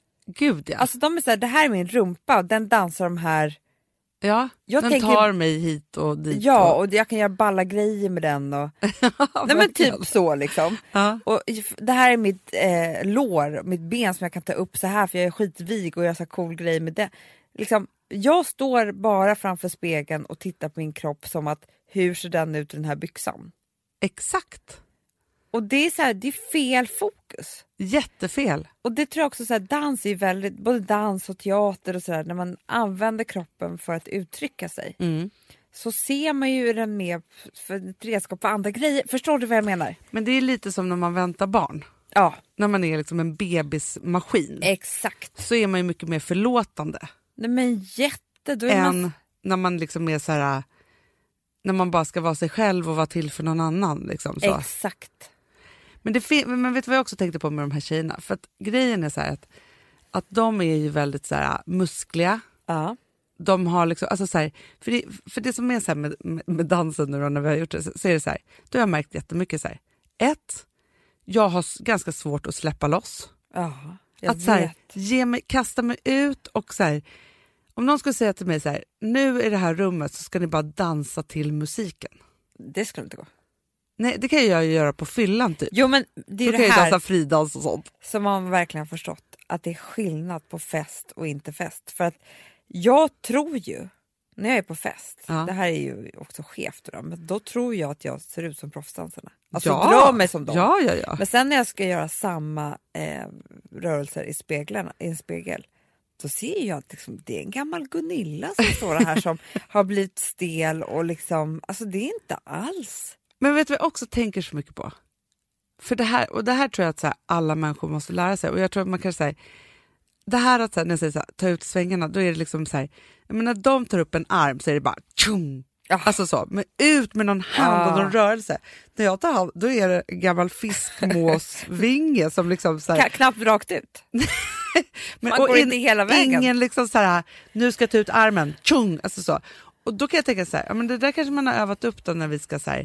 Gud ja. Alltså de är så här, det här är min rumpa och den dansar de här. Ja, jag den tänker, tar mig hit och dit. Ja, och, och jag kan göra balla grejer med den. Och, nej men typ så liksom. Ja. Och det här är mitt eh, lår, mitt ben som jag kan ta upp så här för jag är skitvig och jag har så cool grej med det. Liksom, jag står bara framför spegeln och tittar på min kropp som att hur ser den ut i den här byxan? Exakt. Och det är så här, det är fel fokus. Jättefel. Och det tror jag också så här, dans är väldigt, både dans och teater och sådär, när man använder kroppen för att uttrycka sig. Mm. Så ser man ju den med för ett redskap för andra grejer. Förstår du vad jag menar? Men det är lite som när man väntar barn. Ja. När man är liksom en bebismaskin. Exakt. Så är man ju mycket mer förlåtande. Nej men jätte. Då är än man... när man liksom är så här, när man bara ska vara sig själv och vara till för någon annan. Liksom, så. Exakt. Men, det, men vet du vad jag också tänkte på med de här tjejerna? För att grejen är så här att, att de är ju väldigt så här muskliga. Ja. De har liksom, alltså så här, för, det, för det som är så här med, med, med dansen nu då, när vi har gjort det, så, så är det så här, då har jag märkt jättemycket så här. Ett, jag har ganska svårt att släppa loss. Ja, jag att så här, ge mig, kasta mig ut och så här, om någon skulle säga till mig så här, nu i det här rummet så ska ni bara dansa till musiken. Det skulle inte gå. Nej, det kan jag ju göra på fyllan typ. Jo men det är då det kan jag här dansa fridans och sånt. som man verkligen har förstått. Att det är skillnad på fest och inte fest. För att jag tror ju, när jag är på fest, Ja. det här är ju också skevt då, men då tror jag att jag ser ut som proffsdansarna. Alltså Ja. dra mig som dem. Ja, ja, ja. Men sen när jag ska göra samma eh, rörelser i, speglarna, i en spegel, då ser jag att liksom, det är en gammal Gunilla som står här som har blivit stel och liksom, alltså det är inte alls. Men vet du vad jag också tänker så mycket på? För det här, och det här tror jag att så här, alla människor måste lära sig. Och jag tror att man kan säga, det här att så här, när jag säger så här, ta ut svängarna, då är det liksom så här, jag menar, när de tar upp en arm så är det bara tjung. Ja. Alltså så, men ut med någon hand och Ah. någon rörelse. När jag tar hand, då är det en gammal fiskmåsvinge som liksom så här, Ka- knappt rakt ut. men, Man och går in, inte hela vägen. Ingen liksom så här, nu ska jag ta ut armen, tjung, alltså så. Och då kan jag tänka så här, ja, men det där kanske man har övat upp då när vi ska så här,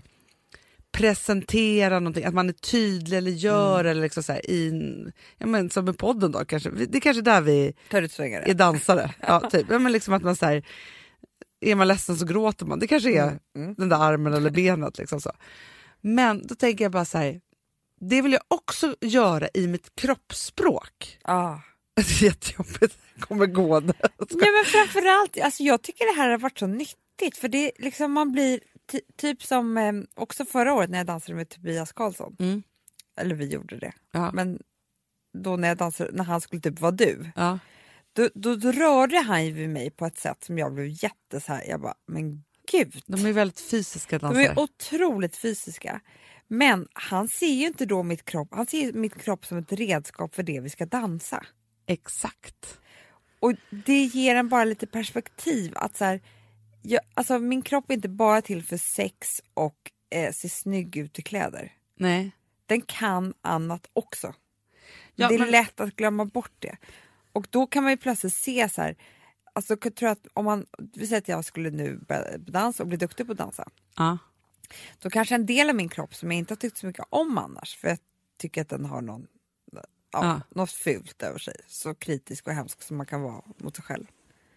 presentera någonting, att man är tydlig eller gör mm. eller liksom så här, i, ja, men, som i podden då kanske, det är kanske där vi Tar ut svängar. är dansare. Ja, typ. Ja, men liksom att man så här, är man ledsen så gråter man, det kanske är Mm. Mm. den där armen eller benet liksom så. Men då tänker jag bara så här, det vill jag också göra i mitt kroppsspråk. Ah. Det är jättejobbigt, kommer gå där. Ja, men framförallt, alltså jag tycker det här har varit så nyttigt för det liksom man blir ty- typ som eh, också förra året när jag dansade med Tobias Karlsson. Mm. eller vi gjorde det. Ja. Men då när jag dansade, när han skulle typ vara du. Ja. Då, då, då rörde han ju vid mig på ett sätt som jag blev jätte så här. Jag bara, men gud. De är väldigt fysiska dansare. De är otroligt fysiska. Men han ser ju inte då mitt kropp. Han ser mitt kropp som ett redskap för det vi ska dansa. Exakt. Och det ger en bara lite perspektiv. Att så här, jag, alltså min kropp är inte bara till för sex och eh, se snygg ut i kläder. Nej. Den kan annat också. Ja, det är men... lätt att glömma bort det. Och då kan man ju plötsligt se så här. Alltså jag tror att om man, vi säger att jag skulle nu börja dansa och bli duktig på att dansa. Ja. Då kanske en del av min kropp som jag inte har tyckt så mycket om annars. För jag tycker att den har någon, ja, Ja. något fult över sig. Så kritisk och hemsk som man kan vara mot sig själv.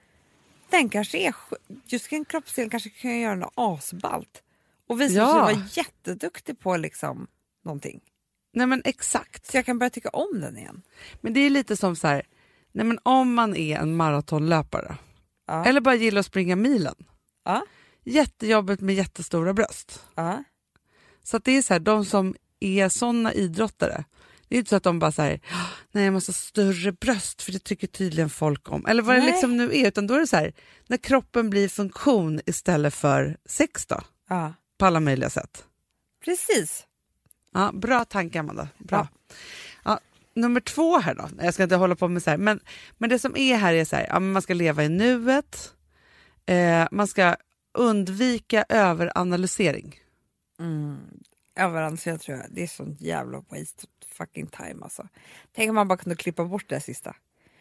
Den kanske är, just en kroppsdel kanske kan göra något asballt. Och visa Ja. sig vara jätteduktig på liksom någonting. Nej men exakt. Så jag kan börja tycka om den igen. Men det är lite som så här, nej men om man är en maratonlöpare. Ja. Eller bara gillar att springa milen. Ja. Jättejobbigt med jättestora bröst. Ja. Så att det är så här, de som är såna idrottare. Det är inte så att de bara säger, nej jag måste ha större bröst för det tycker tydligen folk om. Eller vad Nej. det liksom nu är. Utan då är det så här, när kroppen blir funktion istället för sex då. Ja. På alla möjliga sätt. Precis. Ja, bra tankar Amanda. Bra. Ja. Ja, nummer två här då. Jag ska inte hålla på med så här. Men, men det som är här är så här, ja, man ska leva i nuet. Eh, man ska undvika överanalysering. Mm. Överanser tror jag. Det är sånt jävla waste of fucking time alltså. Tänk om man bara kunde klippa bort det sista.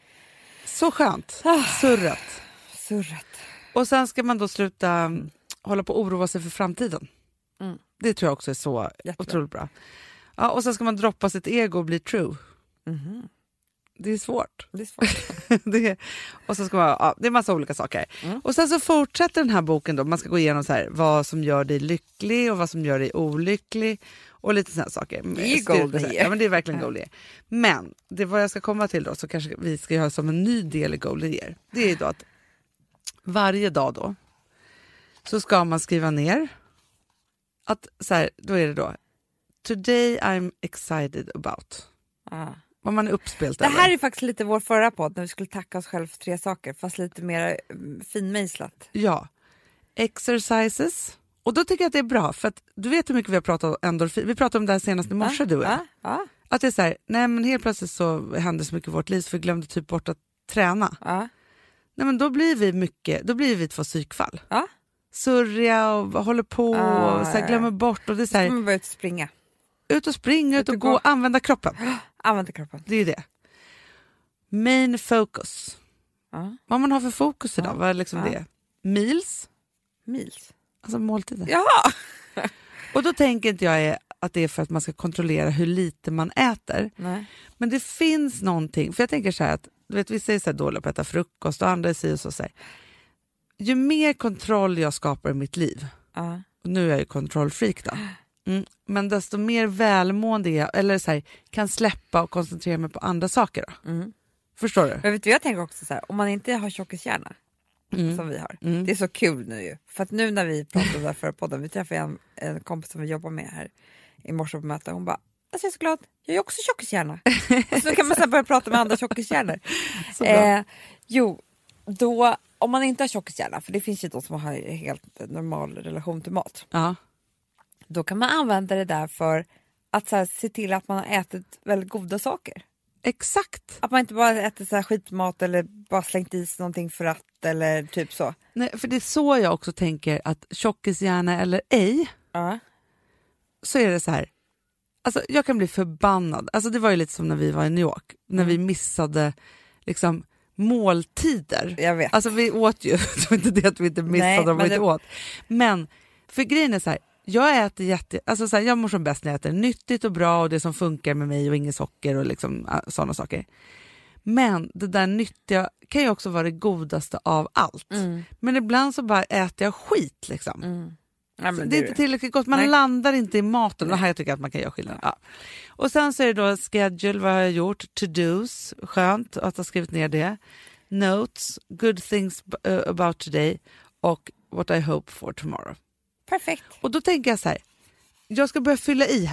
Så skönt. Ah. Surret. Surret. Och sen ska man då sluta um, hålla på och oroa sig för framtiden. Mm. Det tror jag också är så Jättebra. otroligt bra. Ja, och sen ska man droppa sitt ego och bli true. Mm-hmm. Det är svårt. Det är svårt. det är, och så ska man, ja, det är massa olika saker. Mm. Och sen så fortsätter den här boken då. Man ska gå igenom så här, vad som gör dig lycklig och vad som gör dig olycklig. Och lite sådana saker. Det är gold here. Ja, men det är verkligen Ja. gold here. Men det vad jag ska komma till då, så kanske vi ska göra som en ny del i gold here. Det är då att varje dag då så ska man skriva ner att så här, då är det då today I'm excited about. Ah. Vad man är uppspelt Det över. här är faktiskt lite vår förra podd när vi skulle tacka oss själva för tre saker. Fast lite mer mm, finmejslat. Ja. Exercises. Och då tycker jag att det är bra. För att du vet hur mycket vi har pratat om endorfin. Vi pratade om det här senast i morse, ah, du och jag. ah, ah, Att det är så här, nej men helt plötsligt så hände så mycket i vårt liv så vi glömde typ bort att träna. ah. Nej men då blir vi mycket, då blir vi två psykfall. Ah. Surriga och håller på Ah, och så här, ja, glömmer bort. Och det är så Så här, man börjar ut och springa. ut och springa, ut och och gå, gå. använda kroppen. Använda kroppen. Det är ju det. Main focus. Ah. Vad man har för fokus idag, Ja. vad är liksom Ja. det? Meals, Mils. alltså måltider. Jaha! Och då tänker inte jag är att det är för att man ska kontrollera hur lite man äter. Nej. Men det finns någonting, för jag tänker så här att, du vet, vissa är så här dåliga på att äta frukost och andra säger så, så här. Ju mer kontroll jag skapar i mitt liv, Ah. och nu är jag ju kontrollfreak då, mm, men desto mer välmående jag, eller så här, kan släppa och koncentrera mig på andra saker då. Mm. Förstår du? Men vet du, jag tänker också så här, om man inte har tjockishjärna Mm. som vi har. Mm. Det är så kul nu ju. För att nu när vi pratade om det här förra podden, vi träffade en, en kompis som vi jobbar med här i morse på möte. Hon bara, alltså jag är så glad, jag är också tjockishjärna. Och så kan man sen börja prata med andra tjockishjärnor. Så bra. Eh, jo, då, om man inte har tjockishjärna, för det finns ju de som har helt normal relation till mat. Ja. Då kan man använda det där för att så här, se till att man har ätit väldigt goda saker. Exakt. Att man inte bara äter så här skitmat eller bara slängt i sig någonting för att eller typ så. Nej, för det är så jag också tänker att tjockishjärna eller ej, Ja. så är det så här. Alltså jag kan bli förbannad. Alltså det var ju lite som när vi var i New York, när vi missade liksom måltider. Jag vet. Alltså vi åt ju, det var inte det att vi inte missade Nej, dem vi men inte det- åt. Men för grejen är så här, jag äter jätte, alltså så här, jag mår som bäst när jag äter nyttigt och bra och det som funkar med mig och inget socker och liksom sådana saker. Men det där nyttiga kan ju också vara det godaste av allt. Mm. Men ibland så bara äter jag skit liksom. Mm. Ja, Så men det är du- inte tillräckligt gott, man Nej. landar inte i maten. Det här jag tycker att man kan göra skillnad. Ja. Och sen så är det då schedule, vad har jag gjort? To-dos, skönt att ha skrivit ner det. Notes, good things uh, about today och what I hope for tomorrow. Perfekt. Och då tänker jag så här, jag ska börja fylla i här då.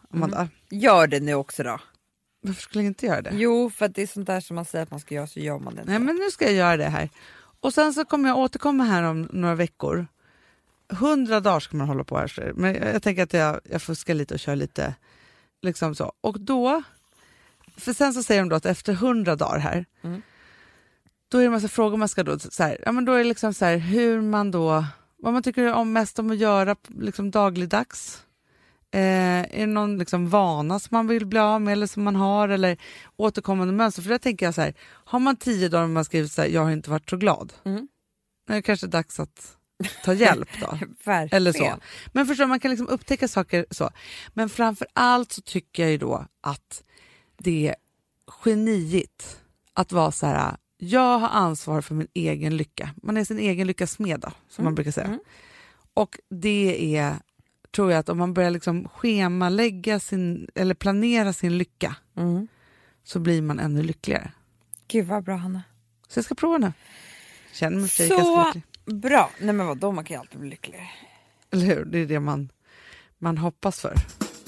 Amanda. Mm. Gör det nu också då. Varför skulle jag inte göra det? Jo, för att det är sånt där som man säger att man ska göra, så gör man det inte. Nej, men nu ska jag göra det här. Och sen så kommer jag återkomma här om några veckor. Hundra dagar ska man hålla på här. Men jag, jag tänker att jag, jag fuskar lite och kör lite liksom så. Och då, för sen så säger de då att efter hundra dagar här, mm. då är det en massa frågor man ska då, så här, ja men då är det liksom så här hur man då, vad man tycker om mest om att göra liksom dagligdags. Eh, är det någon liksom vana som man vill bli av med eller som man har eller återkommande mönster? För det tänker jag så här, har man tio dagar och man skriver så här, jag har inte varit så glad. Mm. Det är kanske dags att ta hjälp då. Eller så. Men förstår man kan liksom upptäcka saker så. Men framför allt så tycker jag ju då att det är geniigt att vara så här, jag har ansvar för min egen lycka. Man är sin egen lyckas smed då, som mm. man brukar säga. Mm. Och det är, tror jag, att om man börjar liksom schemalägga sin, eller planera sin lycka mm. så blir man ännu lyckligare. Gud vad bra, Hanna. Så jag ska prova nu. Känner mig så lycklig. Bra. Nej men vadå, man kan ju alltid bli lyckligare. Eller hur? Det är det man, man hoppas för.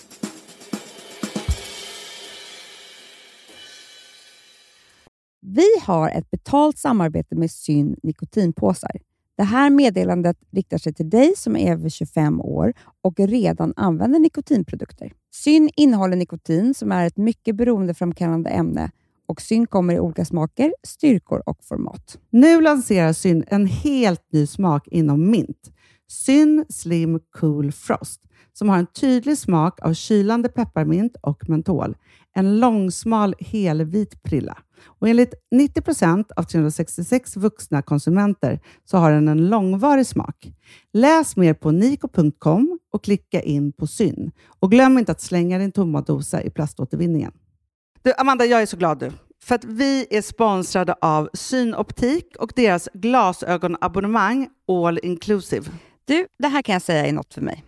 Vi har ett betalt samarbete med Syn nikotinpåsar. Det här meddelandet riktar sig till dig som är över tjugofem år och redan använder nikotinprodukter. Syn innehåller nikotin som är ett mycket beroendeframkallande ämne och Syn kommer i olika smaker, styrkor och format. Nu lanserar Syn en helt ny smak inom mint. Syn Slim Cool Frost som har en tydlig smak av kylande pepparmint och mentol. En långsmal helvit prilla. Och enligt nittio procent av trehundrasextiosex vuxna konsumenter så har den en långvarig smak. Läs mer på niko punkt com och klicka in på Syn. Och glöm inte att slänga din tomma dosa i plaståtervinningen. Du, Amanda, jag är så glad du. För att vi är sponsrade av Synoptik och deras glasögonabonnemang All Inclusive. Du, det här kan jag säga är något för mig.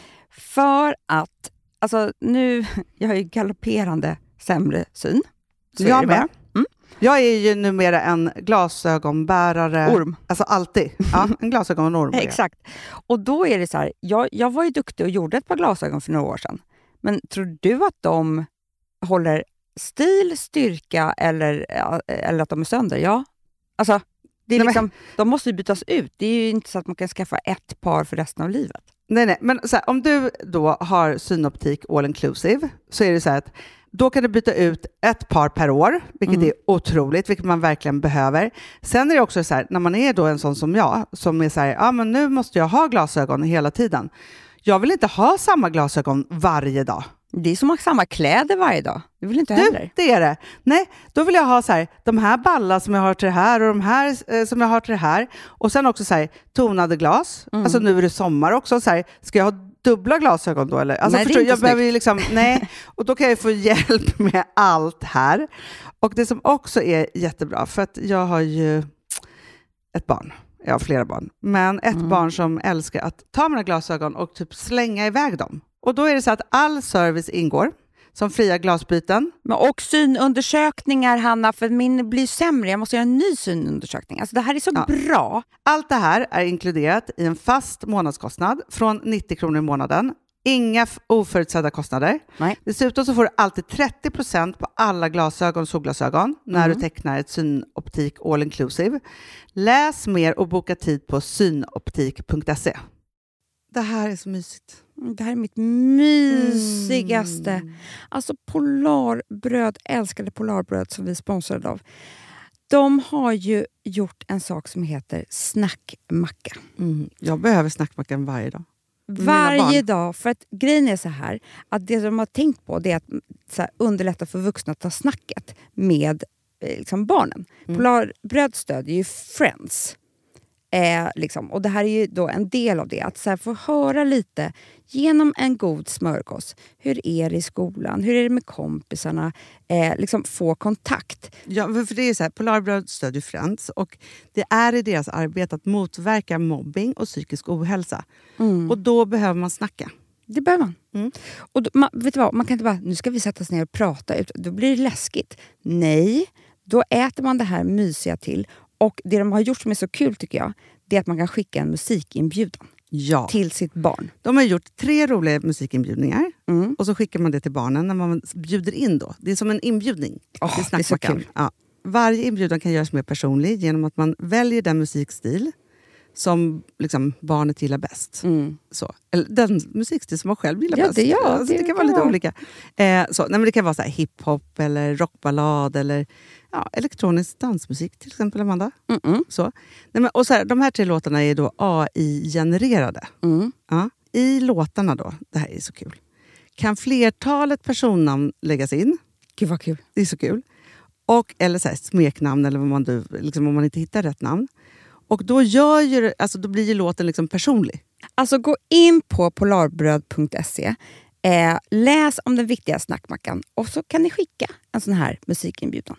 För att, alltså nu, jag har ju galopperande sämre syn. Så jag med. Mm. Jag är ju numera en glasögonbärare. Orm. Alltså alltid. Ja, en glasögonorm. Exakt. Och då är det så här, jag, jag var ju duktig och gjorde ett par glasögon för några år sedan. Men tror du att de håller stil, styrka eller, eller att de är sönder? Ja. Alltså, det är nej, liksom, men... de måste ju bytas ut. Det är ju inte så att man kan skaffa ett par för resten av livet. Nej, nej. Men så här, om du då har Synoptik All Inclusive så är det så här att då kan du byta ut ett par per år, vilket mm. är otroligt, vilket man verkligen behöver. Sen är det också så här, när man är då en sån som jag, som är så här, ja men nu måste jag ha glasögon hela tiden. Jag vill inte ha samma glasögon varje dag. Det är som att ha samma kläder varje dag. Det vill inte heller. Du, det är det. Nej, då vill jag ha så här, de här ballar som jag har till det här och de här eh, som jag har till det här. Och sen också så här, tonade glas. Mm. Alltså nu är det sommar också. Så här, ska jag ha dubbla glasögon då? Eller? Alltså, nej, förstår, jag behöver ju liksom, nej. Och då kan jag få hjälp med allt här. Och det som också är jättebra, för att jag har ju ett barn. Jag har flera barn. Men ett mm. barn som älskar att ta mina glasögon och typ slänga iväg dem. Och då är det så att all service ingår. Som fria glasbyten. Men och synundersökningar, Hanna, för min blir sämre. Jag måste göra en ny synundersökning. Alltså det här är så ja. bra. Allt det här är inkluderat i en fast månadskostnad från nittio kronor i månaden. Inga oförutsedda kostnader. Nej. Dessutom så får du alltid trettio procent på alla glasögon och solglasögon när mm. du tecknar ett Synoptik All Inclusive. Läs mer och boka tid på synoptik punkt se. Det här är så mysigt. Det här är mitt mysigaste. Mm. Alltså Polarbröd, älskade Polarbröd som vi sponsrade av. De har ju gjort en sak som heter snackmacka. Mm. Jag behöver snackmackan varje dag. Varje dag. För att grejen är så här. Att det de har tänkt på det är att så här, underlätta för vuxna att ta snacket med eh, liksom barnen. Mm. Polarbröd stödjer ju Friends. Eh, liksom. Och det här är ju då en del av det. Att så här, få höra lite genom en god smörgås. Hur är det i skolan? Hur är det med kompisarna? Eh, liksom få kontakt. Ja, för det är så här, Polarbröd stödjer Friends. Och det är i deras arbete att motverka mobbing och psykisk ohälsa. Mm. Och då behöver man snacka. Det behöver man. Mm. Och då, man, vet du vad? Man kan inte bara, nu ska vi sätta oss ner och prata. Ut. Då blir det läskigt. Nej, då äter man det här mysiga till. Och det de har gjort som är så kul tycker jag, det är att man kan skicka en musikinbjudan ja. till sitt barn. De har gjort tre roliga musikinbjudningar Mm. Och så skickar man det till barnen när man bjuder in då. Det är som en inbjudning Oh, till det är så kul. Ja. Varje inbjudan kan göras mer personlig genom att man väljer den musikstil som liksom barnet gillar bäst. Mm. Så. Eller den musikstil som man själv gillar ja, bäst. Det, ja, alltså, det, det kan vara lite olika. Eh, så. Nej, men det kan vara så här hiphop eller rockballad eller ja, elektronisk dansmusik till exempel, Amanda. Mm-mm. Så. Nej, men, och så här, de här tre låtarna är då A I-genererade. Mm. Ja. I låtarna då, det här är så kul, kan flertalet personnamn läggas in. Gud vad kul. Det är så kul. Och, eller så här, smeknamn eller vad man, du, liksom, om man inte hittar rätt namn. Och då, gör ju, alltså, då blir ju låten liksom personlig. Alltså gå in på polarbröd punkt se, eh, läs om den viktiga snackmackan och så kan ni skicka en sån här musikinbjudan.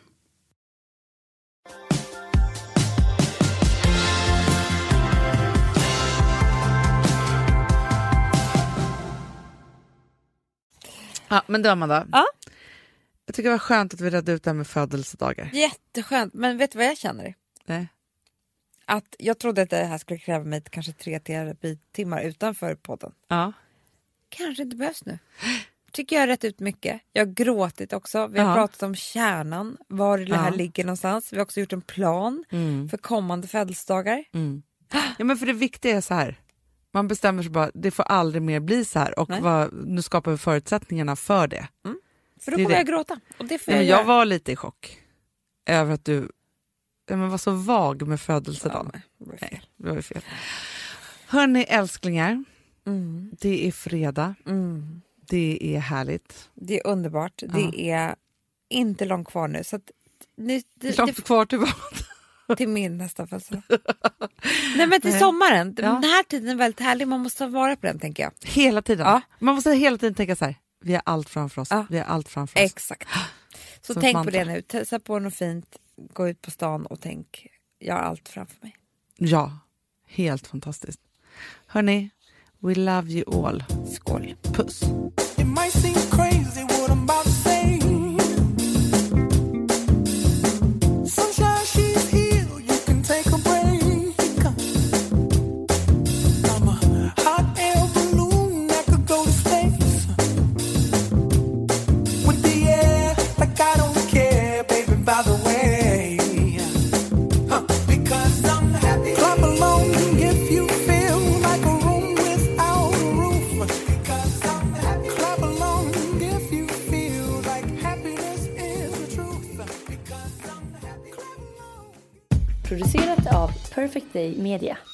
Ja, men du Amanda. Ja? Jag tycker det var skönt att vi redde ut det här med födelsedagar. Jätteskönt, men vet du vad jag känner? Nej. Att jag trodde att det här skulle kräva mig kanske tre terapitimmar utanför podden. Ja. Kanske inte behövs nu. Tycker jag har rätt ut mycket. Jag har gråtit också. Vi har ja. pratat om kärnan. Var det här ja. ligger någonstans. Vi har också gjort en plan mm. för kommande födelsedagar. Mm. Ja, men för det viktiga är så här. Man bestämmer sig bara, det får aldrig mer bli så här. Och vad, nu skapar vi förutsättningarna för det. Mm. För då kommer det. jag gråta. Och det får ja, jag jag göra. var lite i chock. Över att du ja, men var så vag med födelsedagen. Ja, det var fel. Nej, det var fel. Hörni älsklingar. Mm. Det är fredag. Mm. Det är härligt. Det är underbart. Ja. Det är inte långt kvar nu. Så att nu det, långt det, kvar till vad? Till min nästa födelsedag. Nej men till Nej. sommaren. Ja. Den här tiden är väldigt härlig. Man måste ta vara på den tänker jag. Hela tiden. Ja. Man måste hela tiden tänka så här. Vi har allt framför oss. Ja. Vi har allt framför oss. Exakt. Så tänk på det nu. Testa på något fint. Gå ut på stan och tänk. Jag har allt framför mig. Ja. Helt fantastiskt. Hörni. We love you all. Skål. Puss. It might seem crazy what I'm about to say. Sunshine, she's here. You can take a break. I'm a hot air balloon that could go to space. With the air, like I don't care, baby, by the way. Huh. Because I'm happy. Clap along if you feel like a room without a roof. Because I'm happy. Clap along if you feel like happiness is the truth. Because I'm happy. Clap along. Producerat av Perfect Day Media.